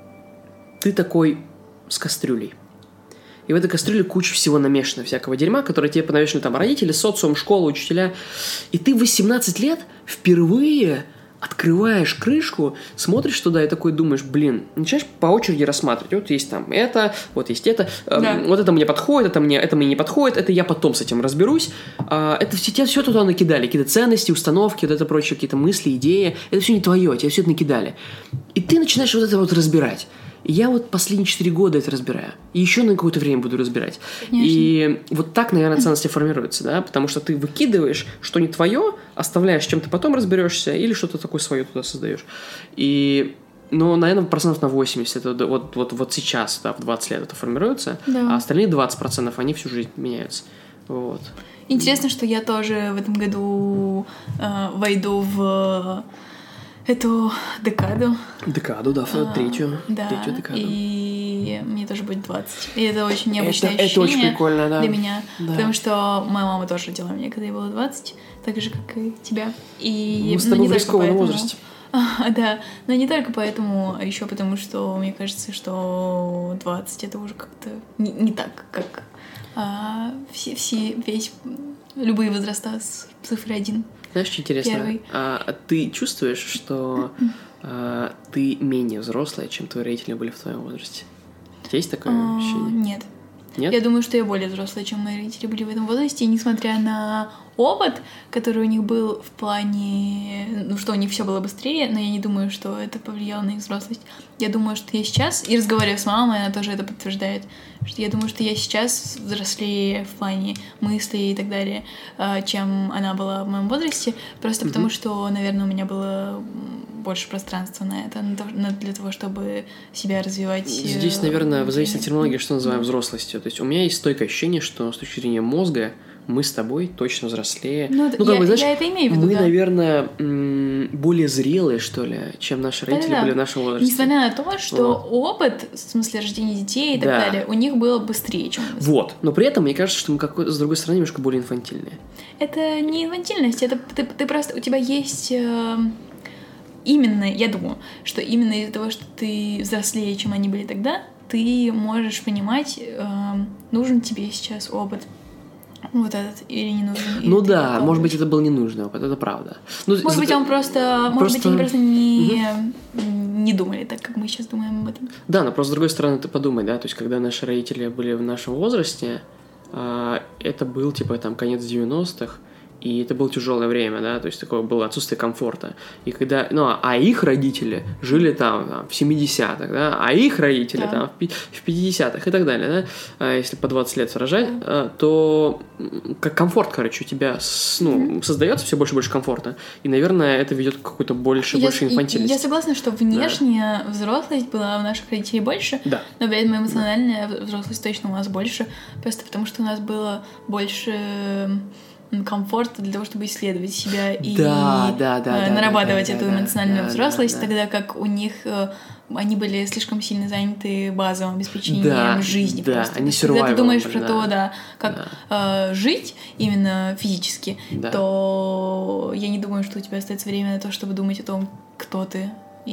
[SPEAKER 1] ты такой с кастрюлей. И в этой кастрюле куча всего намешано, всякого дерьма, которое тебе понавешены там родители, социум, школа, учителя. И ты в 18 лет впервые открываешь крышку, смотришь туда и такой думаешь, начинаешь по очереди рассматривать. Вот есть там это, вот есть это, вот это мне подходит, это мне не подходит, это я потом с этим разберусь. Это все туда накидали, какие-то ценности, установки, вот это прочее, какие-то мысли, идеи. Это все не твое, тебе все это накидали. И ты начинаешь вот это вот разбирать. И я вот последние 4 года это разбираю. И еще на какое-то время буду разбирать. Конечно. И вот так, наверное, ценности формируются, да, потому что ты выкидываешь, что не твое, оставляешь, чем ты потом разберешься, или что-то такое свое туда создаешь. И, наверное, процентов на 80 это вот сейчас, да, в 20 лет это формируется, а остальные 20% они всю жизнь меняются. Вот.
[SPEAKER 3] Интересно, что я тоже в этом году войду в эту декаду.
[SPEAKER 1] Декаду, да, третью декаду.
[SPEAKER 3] И мне тоже будет 20. И это очень необычное ощущение.
[SPEAKER 1] Это очень прикольно, да.
[SPEAKER 3] Для меня. Да. Потому что моя мама тоже родила меня, когда ей было 20, так же, как и тебя. И,
[SPEAKER 1] мы с тобой в рискованном возрасте.
[SPEAKER 3] Да, но не только поэтому, а еще потому, что мне кажется, что 20 это уже как-то не так, как любые возраста с цифрой 1.
[SPEAKER 1] Знаешь, что интересно?
[SPEAKER 3] Первый.
[SPEAKER 1] Ты чувствуешь, что ты менее взрослая, чем твои родители были в твоем возрасте? Есть такое ощущение?
[SPEAKER 3] Нет.
[SPEAKER 1] Нет?
[SPEAKER 3] Я думаю, что я более взрослая, чем мои родители были в этом возрасте, и несмотря на опыт, который у них был в плане, что у них все было быстрее, но я не думаю, что это повлияло на их взрослость. Я думаю, что я сейчас, и разговаривая с мамой, она тоже это подтверждает, что я думаю, что я сейчас взрослее в плане мыслей и так далее, чем она была в моем возрасте, просто потому что, наверное, у меня было больше пространства на это, для того, чтобы себя развивать.
[SPEAKER 1] Здесь, наверное, зависит от терминологии, что называем взрослостью. То есть у меня есть стойкое ощущение, что с точки зрения мозга мы с тобой точно взрослее.
[SPEAKER 3] Я это имею в виду,
[SPEAKER 1] мы, наверное, более зрелые, что ли, чем наши родители были в нашем возрасте.
[SPEAKER 3] Несмотря на то, что опыт, в смысле рождения детей и так далее, у них было быстрее, чем у нас.
[SPEAKER 1] Вот. Но при этом, мне кажется, что мы, с другой стороны, немножко более инфантильные.
[SPEAKER 3] Это не инфантильность, это ты просто, у тебя есть... Именно, я думаю, что именно из-за того, что ты взрослее, чем они были тогда, ты можешь понимать, нужен тебе сейчас опыт вот этот или не нужен.
[SPEAKER 1] Может быть, это был ненужный опыт, это правда.
[SPEAKER 3] Может быть, он просто... Может быть, они просто не думали так, как мы сейчас думаем об этом.
[SPEAKER 1] Да, но просто с другой стороны, ты подумай, да, то есть, когда наши родители были в нашем возрасте, это был, конец 90-х, и это было тяжелое время, да, то есть такое было отсутствие комфорта. И когда, а их родители жили там в 70-х, да, а их родители там в 50-х и так далее, да, если по 20 лет сражать, то как комфорт, у тебя, создается все больше и больше комфорта. И, наверное, это ведет к какой-то больше инфантильности.
[SPEAKER 3] Я согласна, что внешняя взрослость была у наших родителей больше, но при этом эмоциональная взрослость точно у нас больше, просто потому что у нас было больше комфорта для того, чтобы исследовать себя и нарабатывать эту эмоциональную взрослость, тогда как у них они были слишком сильно заняты базовым обеспечением жизни.
[SPEAKER 1] Да,
[SPEAKER 3] просто.
[SPEAKER 1] они survival.
[SPEAKER 3] Когда ты думаешь про то, да, как жить именно физически, то я не думаю, что у тебя остается время на то, чтобы думать о том, кто ты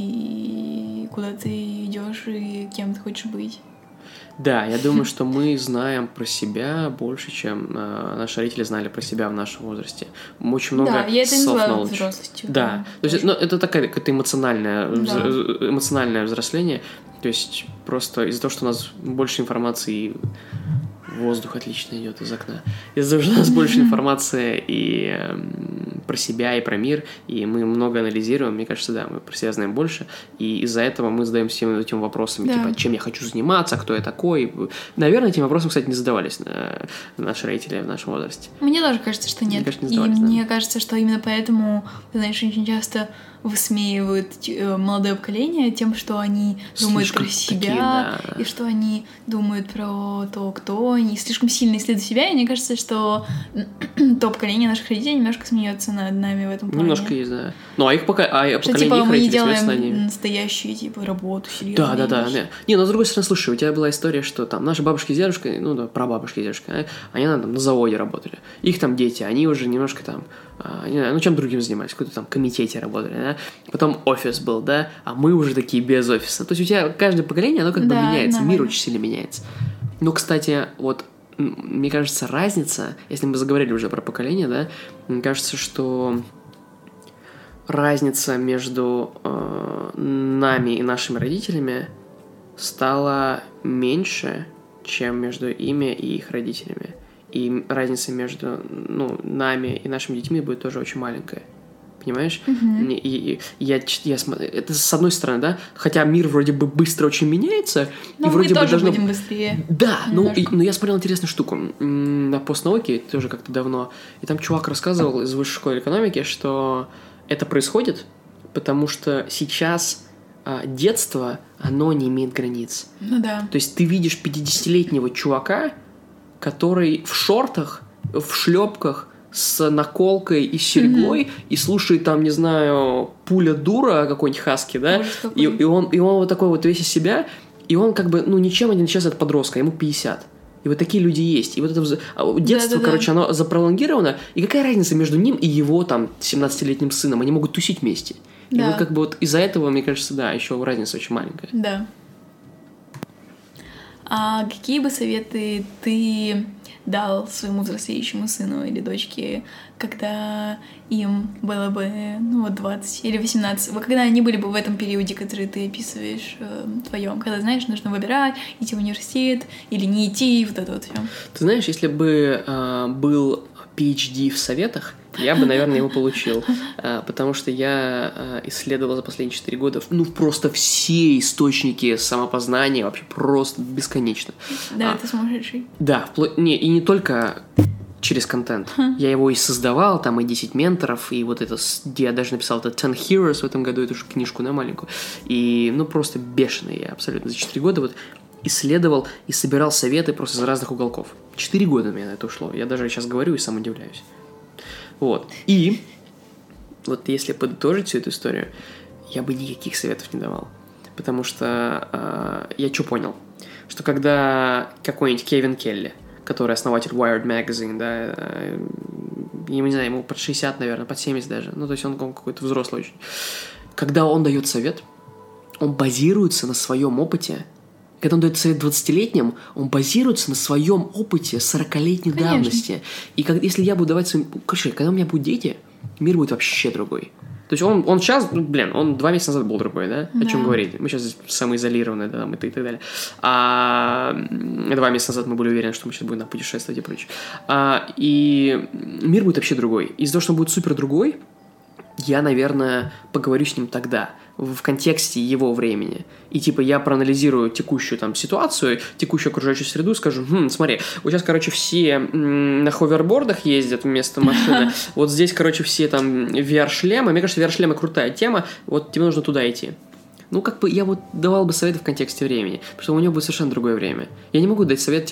[SPEAKER 3] и куда ты идешь и кем ты хочешь быть.
[SPEAKER 1] Да, я думаю, что мы знаем про себя больше, чем наши родители знали про себя в нашем возрасте. Очень много
[SPEAKER 3] я это называю
[SPEAKER 1] soft-knowledge.
[SPEAKER 3] Взрослостью.
[SPEAKER 1] Да, то есть, это такое какое-то эмоциональное взросление. То есть просто из-за того, что у нас больше информации, воздух отлично идет из окна. Из-за того, что у нас больше информации и про себя, и про мир, и мы много анализируем, мне кажется, да, мы про себя знаем больше, и из-за этого мы задаемся всем этим вопросами, типа, чем я хочу заниматься, кто я такой. Наверное, этим вопросом, кстати, не задавались наши родители в нашем возрасте.
[SPEAKER 3] Мне тоже кажется, что нет.
[SPEAKER 1] Мне кажется, не задавались,
[SPEAKER 3] мне кажется, что именно поэтому, знаешь, очень часто высмеивают молодое поколение тем, что они думают про себя, и что они думают про то, кто они, слишком сильно исследуют себя, и мне кажется, что то поколение наших родителей немножко смеется над нами в этом плане.
[SPEAKER 1] Немножко есть, да. Ну, поколение
[SPEAKER 3] что, типа,
[SPEAKER 1] их
[SPEAKER 3] мы не
[SPEAKER 1] родителей смеются над
[SPEAKER 3] делаем
[SPEAKER 1] ними.
[SPEAKER 3] настоящую, типа, работу, серьезную.
[SPEAKER 1] Да. Не, но с другой стороны, слушай, у тебя была история, что там наши бабушки и дедушка, прабабушки и дедушка, они там на заводе работали. Их там дети, они уже немножко там, не знаю, чем другим занимались, в каком-то там комитете работали, да. Потом офис был, да, а мы уже такие без офиса. То есть у тебя каждое поколение, оно как бы меняется, мир очень сильно меняется. Но, кстати, вот мне кажется, разница, если мы заговорили уже про поколение, да, мне кажется, что разница между нами и нашими родителями стала меньше, чем между ими и их родителями. И разница между нами и нашими детьми будет тоже очень маленькая. Понимаешь? И я смотрю, это с одной стороны, да, хотя мир вроде бы быстро очень меняется,
[SPEAKER 3] но
[SPEAKER 1] и вроде
[SPEAKER 3] мы
[SPEAKER 1] бы
[SPEAKER 3] тоже будем быстрее.
[SPEAKER 1] Да, но я смотрел интересную штуку на постнауке, тоже как-то давно, и там чувак рассказывал из высшей школы экономики, что это происходит, потому что сейчас детство, оно не имеет границ.
[SPEAKER 3] Ну да.
[SPEAKER 1] То есть ты видишь 50-летнего чувака, который в шортах, в шлепках, с наколкой и серьгой, и слушает там, не знаю, Пуля дура какой-нибудь Хаски, да, и он вот такой вот весь из себя, и он как бы, ничем один сейчас от подростка, ему 50. И вот такие люди есть. И вот это детство, короче, оно запролонгировано, и какая разница между ним и его там 17-летним сыном? Они могут тусить вместе. И вот как бы вот из-за этого, мне кажется, да, еще разница очень маленькая.
[SPEAKER 3] Да. А какие бы советы ты дал своему взрослеющему сыну или дочке, когда им было бы 20 или 18, когда они были бы в этом периоде, который ты описываешь твоем, когда, знаешь, нужно выбирать, идти в университет или не идти, вот это вот все.
[SPEAKER 1] Ты знаешь, если бы был PhD в советах, я бы, наверное, его получил, потому что я исследовал за последние 4 года просто все источники самопознания, вообще просто бесконечно.
[SPEAKER 3] Да, ты сумасшедший.
[SPEAKER 1] Да, и не только через контент. Я его и создавал, там и 10 менторов, и вот это, я даже написал это 10 Heroes в этом году, эту же книжку, маленькую. И, просто бешеный я абсолютно за 4 года исследовал и собирал советы просто из разных уголков. 4 года у меня на это ушло. Я даже сейчас говорю и сам удивляюсь. Вот. И вот если подытожить всю эту историю, я бы никаких советов не давал. Потому что я что понял? Что когда какой-нибудь Кевин Келли, который основатель Wired Magazine, да, я не знаю, ему под 60, наверное, под 70 даже, то есть он какой-то взрослый очень. Когда он дает совет, он базируется на своем опыте. Когда он дает совет 20-летним, он базируется на своем опыте 40-летней давности. И если я буду давать своим... когда у меня будут дети, мир будет вообще другой. То есть он сейчас, он 2 месяца назад был другой, да? О чем говорить? Мы сейчас самоизолированы, да, и так далее. А 2 месяца назад мы были уверены, что мы сейчас будем путешествовать и прочее. И мир будет вообще другой. Из-за того, что он будет супер другой, я, наверное, поговорю с ним тогда, в контексте его времени. И я проанализирую текущую там ситуацию, текущую окружающую среду, скажу, смотри, вот сейчас, все на ховербордах ездят вместо машины, вот здесь, все там VR-шлемы, мне кажется, VR-шлемы крутая тема, вот тебе нужно туда идти. Я давал бы советы в контексте времени, потому что у него будет совершенно другое время. Я не могу дать совет,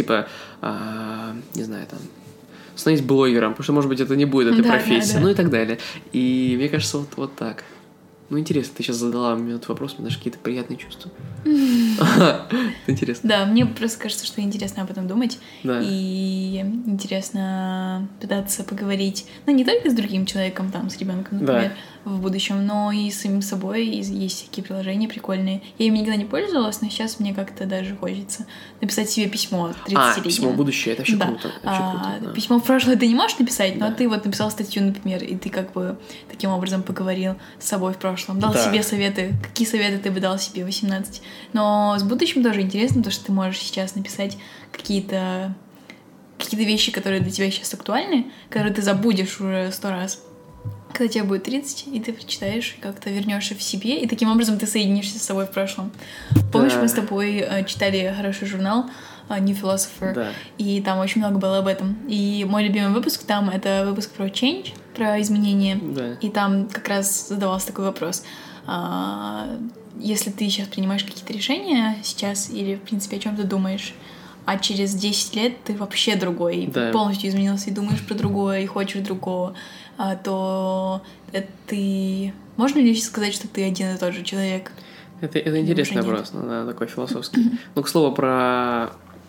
[SPEAKER 1] не знаю, там, становись блогером, потому что, может быть, это не будет этой профессии, и так далее. И мне кажется, вот так. Ну, интересно, ты сейчас задала мне этот вопрос, у меня даже какие-то приятные чувства. Интересно.
[SPEAKER 3] Да, мне просто кажется, что интересно об этом думать.
[SPEAKER 1] Да.
[SPEAKER 3] И интересно пытаться поговорить, ну, не только с другим человеком, там, с ребенком, например, в будущем, но и с самим собой. И есть всякие приложения прикольные. Я ими никогда не пользовалась, но сейчас мне как-то даже хочется написать себе письмо 30-летнее.
[SPEAKER 1] Письмо в будущее, это вообще круто.
[SPEAKER 3] Письмо в прошлое ты не можешь написать, но ты вот написал статью, например, и ты как бы таким образом поговорил с собой в прошлом, дал себе советы, какие советы ты бы дал себе в 18. Но с будущим тоже интересно, потому что ты можешь сейчас написать какие-то вещи, которые для тебя сейчас актуальны, которые ты забудешь уже 100 раз. Когда тебе будет 30, и ты прочитаешь, как-то вернешься в себе, и таким образом ты соединишься с собой в прошлом. Помнишь, мы с тобой читали хороший журнал New Philosopher, и там очень много было об этом. И мой любимый выпуск там — это выпуск про change, про изменения. И там как раз задавался такой вопрос. Если ты сейчас принимаешь какие-то решения сейчас, или, в принципе, о чем ты думаешь, а через 10 лет ты вообще другой, полностью изменился, и думаешь про другое, и хочешь другого, то ты... Можно ли сказать, что ты один и тот же человек?
[SPEAKER 1] Это интересный вопрос, такой философский. Ну, к слову, про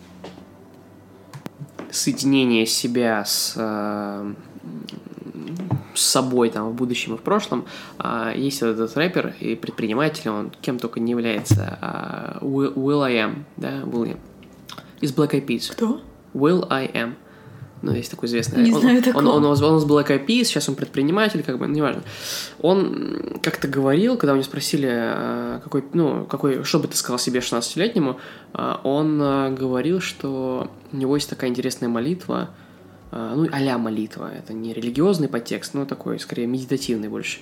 [SPEAKER 1] соединение себя с собой там в будущем и в прошлом. Есть вот этот рэпер и предприниматель, он кем только не является. Will.i.am, да, William. Из Black Eyed Peas.
[SPEAKER 3] Кто?
[SPEAKER 1] Will.i.am. Ну, есть такой известный.
[SPEAKER 3] Не знаю такого.
[SPEAKER 1] Он с Black Eyed Peas, сейчас он предприниматель, как бы, неважно. Он как-то говорил, когда у него спросили, что бы ты сказал себе 16-летнему, он говорил, что у него есть такая интересная молитва, а-ля молитва, это не религиозный подтекст, но такой, скорее, медитативный больше,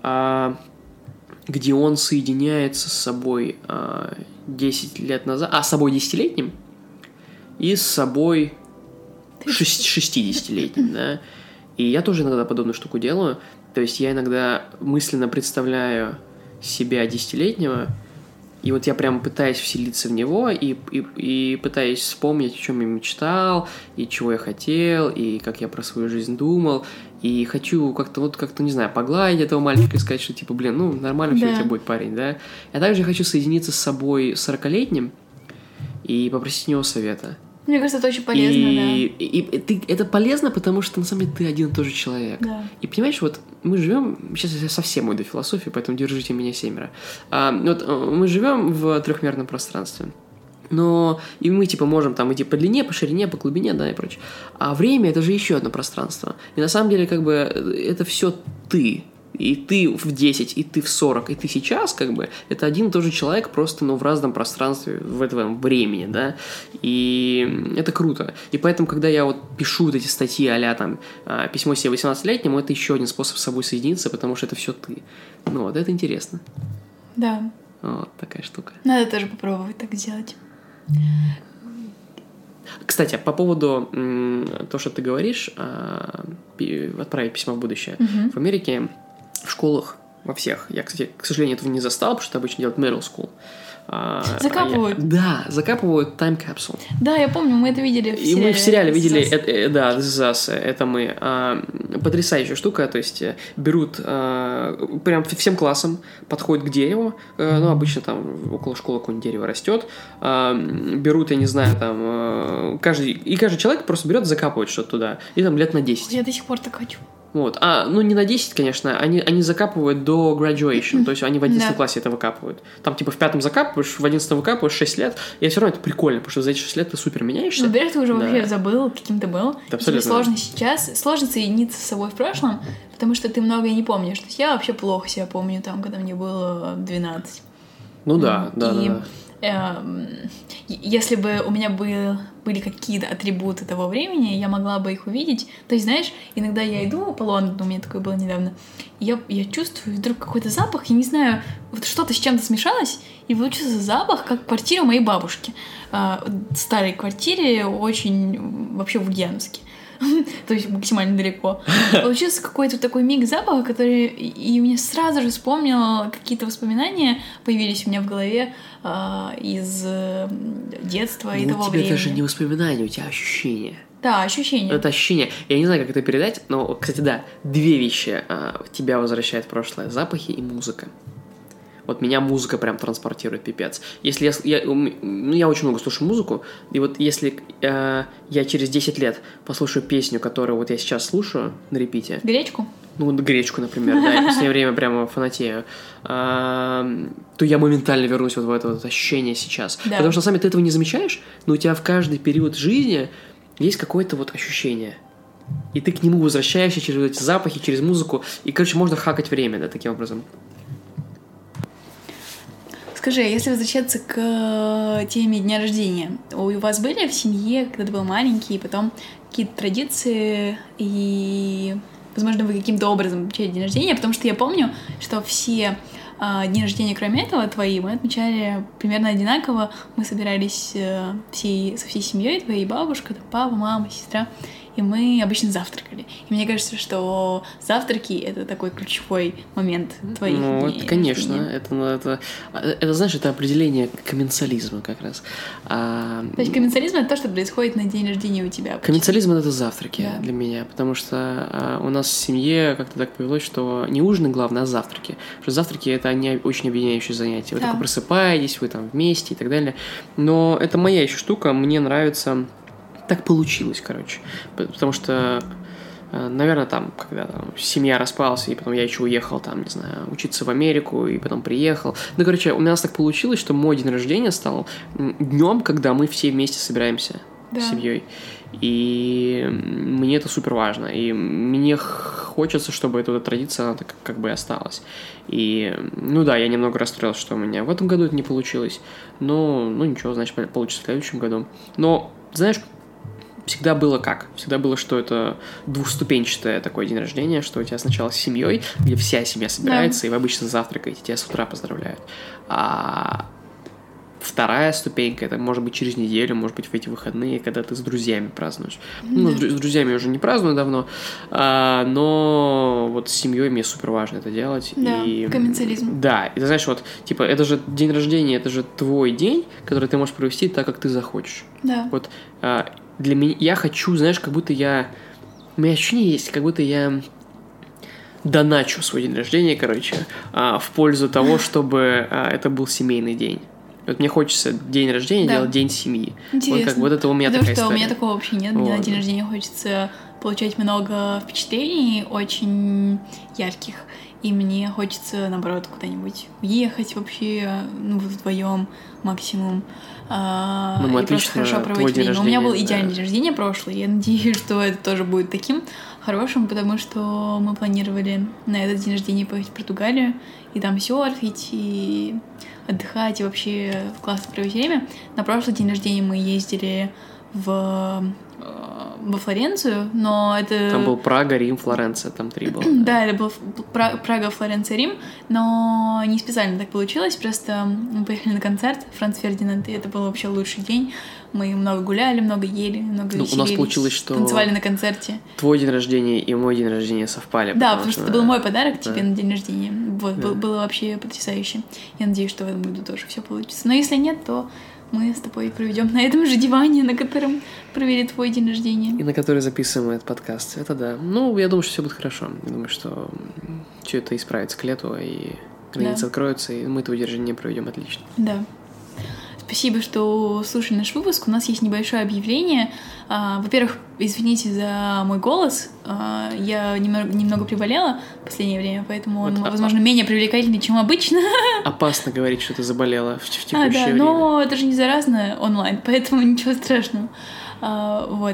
[SPEAKER 1] где он соединяется с собой 10 лет назад, с собой 10-летним и с собой 60-летним, да. И я тоже иногда подобную штуку делаю. То есть я иногда мысленно представляю себя 10-летнего, и вот я прям пытаюсь вселиться в него и пытаюсь вспомнить, о чем я мечтал, и чего я хотел, и как я про свою жизнь думал. И хочу как-то, не знаю, погладить этого мальчика и сказать, что типа, нормально все у тебя будет, парень, да. Я также хочу соединиться с собой 40-летним и попросить у него совета.
[SPEAKER 3] Мне кажется, это очень полезно,
[SPEAKER 1] и это полезно, потому что, на самом деле, ты один и тот же человек.
[SPEAKER 3] Да.
[SPEAKER 1] И понимаешь, вот мы живем... Сейчас я совсем уйду в философию, поэтому держите меня 7. Мы живем в трехмерном пространстве. Но и мы, можем там идти по длине, по ширине, по глубине, да, и прочее. А время — это же еще одно пространство. И на самом деле, это все ты. И ты в 10, и ты в 40, и ты сейчас, это один и тот же человек, просто, в разном пространстве, в этом времени, да, и это круто. И поэтому, когда я вот пишу вот эти статьи а-ля там письмо себе 18-летнему, это еще один способ с собой соединиться, потому что это все ты. Это интересно.
[SPEAKER 3] Да.
[SPEAKER 1] Вот такая штука.
[SPEAKER 3] Надо тоже попробовать так сделать.
[SPEAKER 1] Кстати, по поводу того, что ты говоришь, отправить письмо в будущее. В Америке в школах, во всех, я, кстати, к сожалению, этого не застал, потому что обычно делают middle school.
[SPEAKER 3] Закапывают.
[SPEAKER 1] Закапывают time capsule.
[SPEAKER 3] Да, я помню, мы это видели в сериале.
[SPEAKER 1] И мы в сериале видели, This Is Us, это мы. Потрясающая штука, то есть берут прям всем классом, подходят к дереву, обычно там около школы какое-нибудь дерево растет, берут, я не знаю, там, каждый человек просто берет, закапывает что-то туда, и там лет на 10.
[SPEAKER 3] Я до сих пор так хочу.
[SPEAKER 1] Вот. Не на 10, конечно, они закапывают до graduation, то есть они в 11 классе это выкапывают. Там, в 5 закапываешь, в 11 выкапываешь 6 лет, и все равно это прикольно, потому что за эти 6 лет ты супер меняешься.
[SPEAKER 3] Во-первых, ты уже вообще забыл, каким ты был.
[SPEAKER 1] Это абсолютно.
[SPEAKER 3] Сложно соединиться с собой в прошлом, потому что ты многое не помнишь. То есть я вообще плохо себя помню там, когда мне было 12.
[SPEAKER 1] Да.
[SPEAKER 3] Если бы у меня были какие-то атрибуты того времени, я могла бы их увидеть. То есть, знаешь, иногда я иду по Лондону, у меня такое было недавно, и я чувствую вдруг какой-то запах, я не знаю, вот что-то с чем-то смешалось, и получился запах, как квартира моей бабушки. Старой квартире, очень вообще в Ульяновске. То есть максимально далеко. Получился какой-то такой миг запаха, который... И мне сразу же вспомнил, какие-то воспоминания появились у меня в голове из детства и того времени.
[SPEAKER 1] У тебя даже не воспоминания, у тебя ощущения.
[SPEAKER 3] Да, ощущение.
[SPEAKER 1] Это ощущение. Я не знаю, как это передать, но, кстати, да, две вещи тебя возвращают в прошлое. Запахи и музыка. Вот меня музыка прям транспортирует, пипец. Если я очень много слушаю музыку, и вот если я через 10 лет послушаю песню, которую вот я сейчас слушаю на репите...
[SPEAKER 3] Гречку?
[SPEAKER 1] Ну, гречку, например, да, я в последнее время прямо фанатею, то я моментально вернусь вот в это вот ощущение сейчас.
[SPEAKER 3] Да.
[SPEAKER 1] Потому что, на самом деле, ты этого не замечаешь, но у тебя в каждый период жизни есть какое-то вот ощущение. И ты к нему возвращаешься через эти запахи, через музыку. И, короче, можно хакать время, да, таким образом.
[SPEAKER 3] Скажи, если возвращаться к теме дня рождения, у вас были в семье, когда ты был маленький, и потом какие-то традиции, и, возможно, вы каким-то образом отмечали день рождения? Потому что я помню, что все дни рождения, кроме этого, твои, мы отмечали примерно одинаково. Мы собирались со всей семьей, твоей бабушка, папа, мама, сестра, и мы обычно завтракали. И мне кажется, что завтраки — это такой ключевой момент твоих дней.
[SPEAKER 1] Это, конечно. Это, знаешь, это определение комменсализма как раз.
[SPEAKER 3] То есть комменсализм — это то, что происходит на день рождения у тебя.
[SPEAKER 1] Комменсализм — это завтраки для меня, потому что у нас в семье как-то так повелось, что не ужины главное, а завтраки. Потому что завтраки — это они очень объединяющие занятия. Вы такой просыпаетесь, вы там вместе и так далее. Но это моя еще штука, мне нравится... Так получилось, короче. Потому что, наверное, там, когда семья распалась, и потом я еще уехал, там, не знаю, учиться в Америку, и потом приехал. Ну, короче, у нас так получилось, что мой день рождения стал днем, когда мы все вместе собираемся с семьей. И мне это супер важно. И мне хочется, чтобы эта традиция, она так как бы осталась. И, ну да, я немного расстроился, что у меня в этом году это не получилось. Но, ну ничего, значит, получится в следующем году. Но, знаешь, всегда было как? Всегда было, что это двухступенчатое такое день рождения, что у тебя сначала с семьей, где вся семья собирается, и вы обычно завтракаете, тебя с утра поздравляют. А вторая ступенька, это может быть через неделю, может быть в эти выходные, когда ты с друзьями празднуешь. Ну, с друзьями я уже не праздную давно, но вот с семьей мне супер важно это делать.
[SPEAKER 3] Да, комменсализм.
[SPEAKER 1] Да, и ты знаешь, вот, типа, это же день рождения, это же твой день, который ты можешь провести так, как ты захочешь.
[SPEAKER 3] Да.
[SPEAKER 1] Вот для меня, я хочу, знаешь, как будто у меня ощущение есть, как будто я доначу свой день рождения, короче, в пользу того, чтобы это был семейный день. Вот мне хочется день рождения делать день семьи.
[SPEAKER 3] Интересно.
[SPEAKER 1] Вот это у меня такая история.
[SPEAKER 3] Потому что у меня такого вообще нет. Мне на день рождения хочется получать много впечатлений, очень ярких. И мне хочется, наоборот, куда-нибудь уехать вообще, ну, вдвоем максимум.
[SPEAKER 1] Мы
[SPEAKER 3] и просто хорошо проводить время. У меня был идеальный день рождения прошлый. Я надеюсь, что это тоже будет таким хорошим, потому что мы планировали на этот день рождения поехать в Португалию и там серфить, и отдыхать, и вообще классно проводить время. На прошлый день рождения мы ездили во Флоренцию, но это...
[SPEAKER 1] Там был Прага, Рим, Флоренция, там 3 было.
[SPEAKER 3] Да, это был Прага, Флоренция, Рим, но не специально так получилось, просто мы поехали на концерт Франц Фердинанд, и это был вообще лучший день. Мы много гуляли, много ели, много веселились.
[SPEAKER 1] У нас получилось, что...
[SPEAKER 3] Танцевали на концерте.
[SPEAKER 1] Твой день рождения и мой день рождения совпали.
[SPEAKER 3] Да, потому что это был мой подарок тебе на день рождения. Вот, было вообще потрясающе. Я надеюсь, что в этом году тоже все получится. Но если нет, то мы с тобой проведем на этом же диване, на котором провели твой день рождения.
[SPEAKER 1] И на который записываем этот подкаст. Это да. Ну, я думаю, что все будет хорошо. Я думаю, что все это исправится к лету, и границы откроются, и мы твой день рождения проведем отлично.
[SPEAKER 3] Да. Спасибо, что слушали наш выпуск. У нас есть небольшое объявление. Во-первых, извините за мой голос. Я немного приболела в последнее время, поэтому он, возможно, менее привлекательный, чем обычно.
[SPEAKER 1] Опасно говорить, что ты заболела в текущее время.
[SPEAKER 3] Но это же не заразно онлайн, поэтому ничего страшного. Вот.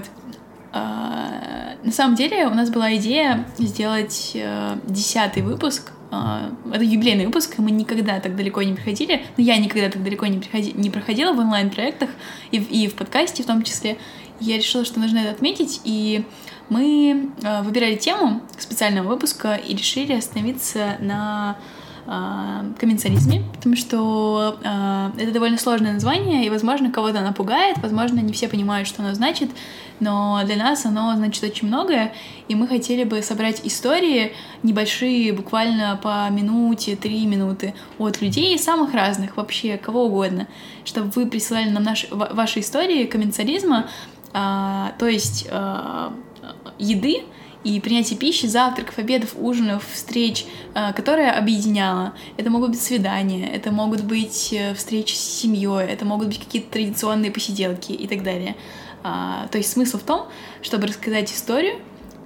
[SPEAKER 3] На самом деле у нас была идея сделать 10-й выпуск. Это юбилейный выпуск, и мы никогда так далеко не приходили. Но я никогда так далеко не проходила в онлайн-проектах и в подкасте в том числе. Я решила, что нужно это отметить, и мы выбирали тему специального выпуска и решили остановиться на комменсализме, потому что это довольно сложное название, и, возможно, кого-то оно пугает, возможно, не все понимают, что оно значит, но для нас оно значит очень многое, и мы хотели бы собрать истории небольшие, буквально по минуте, 3 минуты, от людей самых разных, вообще, кого угодно, чтобы вы присылали нам ваши истории комменсализма, То есть еды и принятие пищи, завтраков, обедов, ужинов, встреч, которая объединяла. Это могут быть свидания, это могут быть встречи с семьей, это могут быть какие-то традиционные посиделки и так далее. То есть смысл в том, чтобы рассказать историю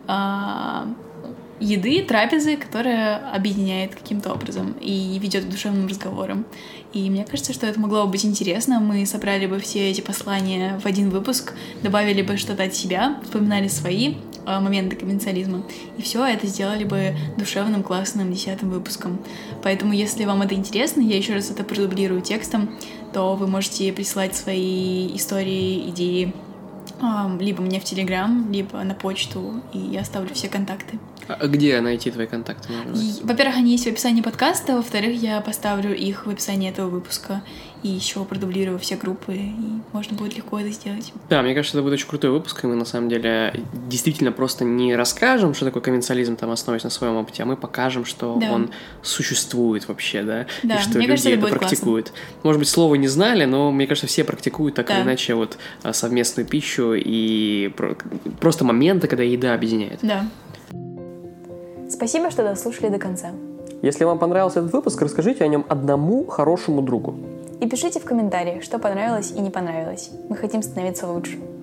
[SPEAKER 3] еды, трапезы, которая объединяет каким-то образом и ведет к душевным разговорам. И мне кажется, что это могло бы быть интересно. Мы собрали бы все эти послания в один выпуск, добавили бы что-то от себя, вспоминали свои моменты конвенциализма, и все это сделали бы душевным, классным 10-м выпуском. Поэтому, если вам это интересно, я еще раз это продублирую текстом, то вы можете присылать свои истории, идеи либо мне в Телеграм, либо на почту, и я оставлю все контакты.
[SPEAKER 1] А где найти твои контакты?
[SPEAKER 3] Во-первых, они есть в описании подкаста, во-вторых, я поставлю их в описании этого выпуска, и еще продублирую все группы, и можно будет легко это сделать.
[SPEAKER 1] Да, мне кажется, это будет очень крутой выпуск, и мы на самом деле действительно просто не расскажем, что такое конвенциализм, там, основываясь на своем опыте, а мы покажем, что он существует вообще, да, и что люди кажется, это практикуют. Классно. Может быть, слова не знали, но мне кажется, все практикуют так или иначе вот совместную пищу и просто моменты, когда еда объединяет.
[SPEAKER 3] Да.
[SPEAKER 2] Спасибо, что дослушали до конца.
[SPEAKER 1] Если вам понравился этот выпуск, расскажите о нем одному хорошему другу.
[SPEAKER 2] И пишите в комментариях, что понравилось и не понравилось. Мы хотим становиться лучше.